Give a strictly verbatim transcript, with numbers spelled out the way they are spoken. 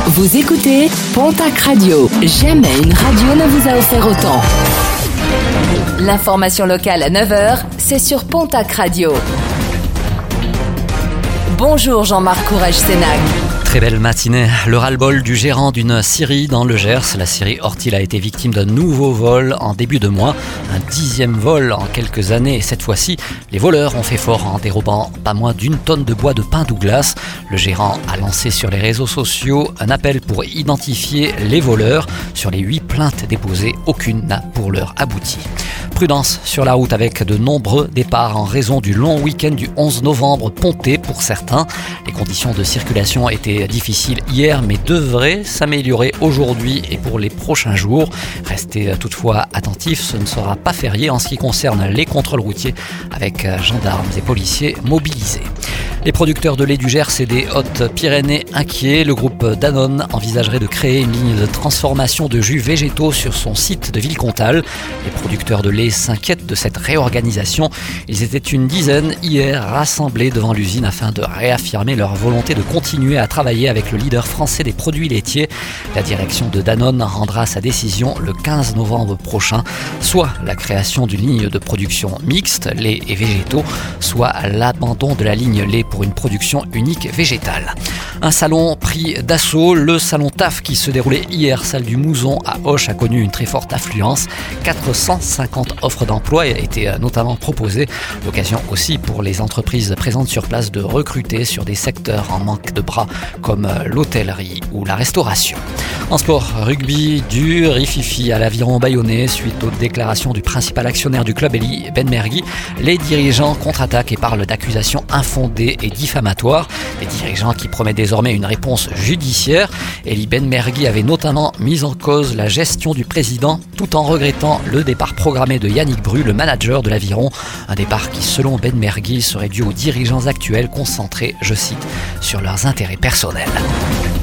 Vous écoutez Pontac Radio. Jamais une radio ne vous a offert autant. L'information locale à neuf heures, c'est sur Pontac Radio. Bonjour Jean-Marc Courage-Sénac. Très belle matinée. Le ras-le-bol du gérant d'une scierie dans le Gers. La scierie Ortil a été victime d'un nouveau vol en début de mois. Un dixième vol en quelques années. Et cette fois-ci, les voleurs ont fait fort en dérobant pas moins d'une tonne de bois de pin Douglas. Le gérant a lancé sur les réseaux sociaux un appel pour identifier les voleurs. Sur les huit plaintes déposées, aucune n'a pour l'heure abouti. Prudence sur la route avec de nombreux départs en raison du long week-end du onze novembre ponté pour certains. Les conditions de circulation étaient difficiles hier mais devraient s'améliorer aujourd'hui et pour les prochains jours. Restez toutefois attentifs, ce ne sera pas férié en ce qui concerne les contrôles routiers avec gendarmes et policiers mobilisés. Les producteurs de lait du Gers et des Hautes-Pyrénées inquiets. Le groupe Danone envisagerait de créer une ligne de transformation de jus végétaux sur son site de Villecontal. Les producteurs de lait s'inquiètent de cette réorganisation. Ils étaient une dizaine hier rassemblés devant l'usine afin de réaffirmer leur volonté de continuer à travailler avec le leader français des produits laitiers. La direction de Danone rendra sa décision le quinze novembre prochain, soit la création d'une ligne de production mixte, lait et végétaux, soit l'abandon de la ligne lait pour une production unique végétale. Un salon pris d'assaut, le salon T A F qui se déroulait hier, salle du Mouzon à Auch, a connu une très forte affluence. quatre cent cinquante offres d'emploi étaient notamment proposées. L'occasion aussi pour les entreprises présentes sur place de recruter sur des secteurs en manque de bras comme l'hôtellerie ou la restauration. En sport, rugby, du rififi à l'aviron bayonnais suite aux déclarations du principal actionnaire du club, Elie Ben Mergui. Les dirigeants contre-attaquent et parlent d'accusations infondées et diffamatoires. Des dirigeants qui promettent désormais une réponse judiciaire. Elie Ben Mergui avait notamment mis en cause la gestion du président tout en regrettant le départ programmé de Yannick Bru, le manager de l'aviron. Un départ qui, selon Ben Mergui, serait dû aux dirigeants actuels concentrés, je cite, sur leurs intérêts personnels.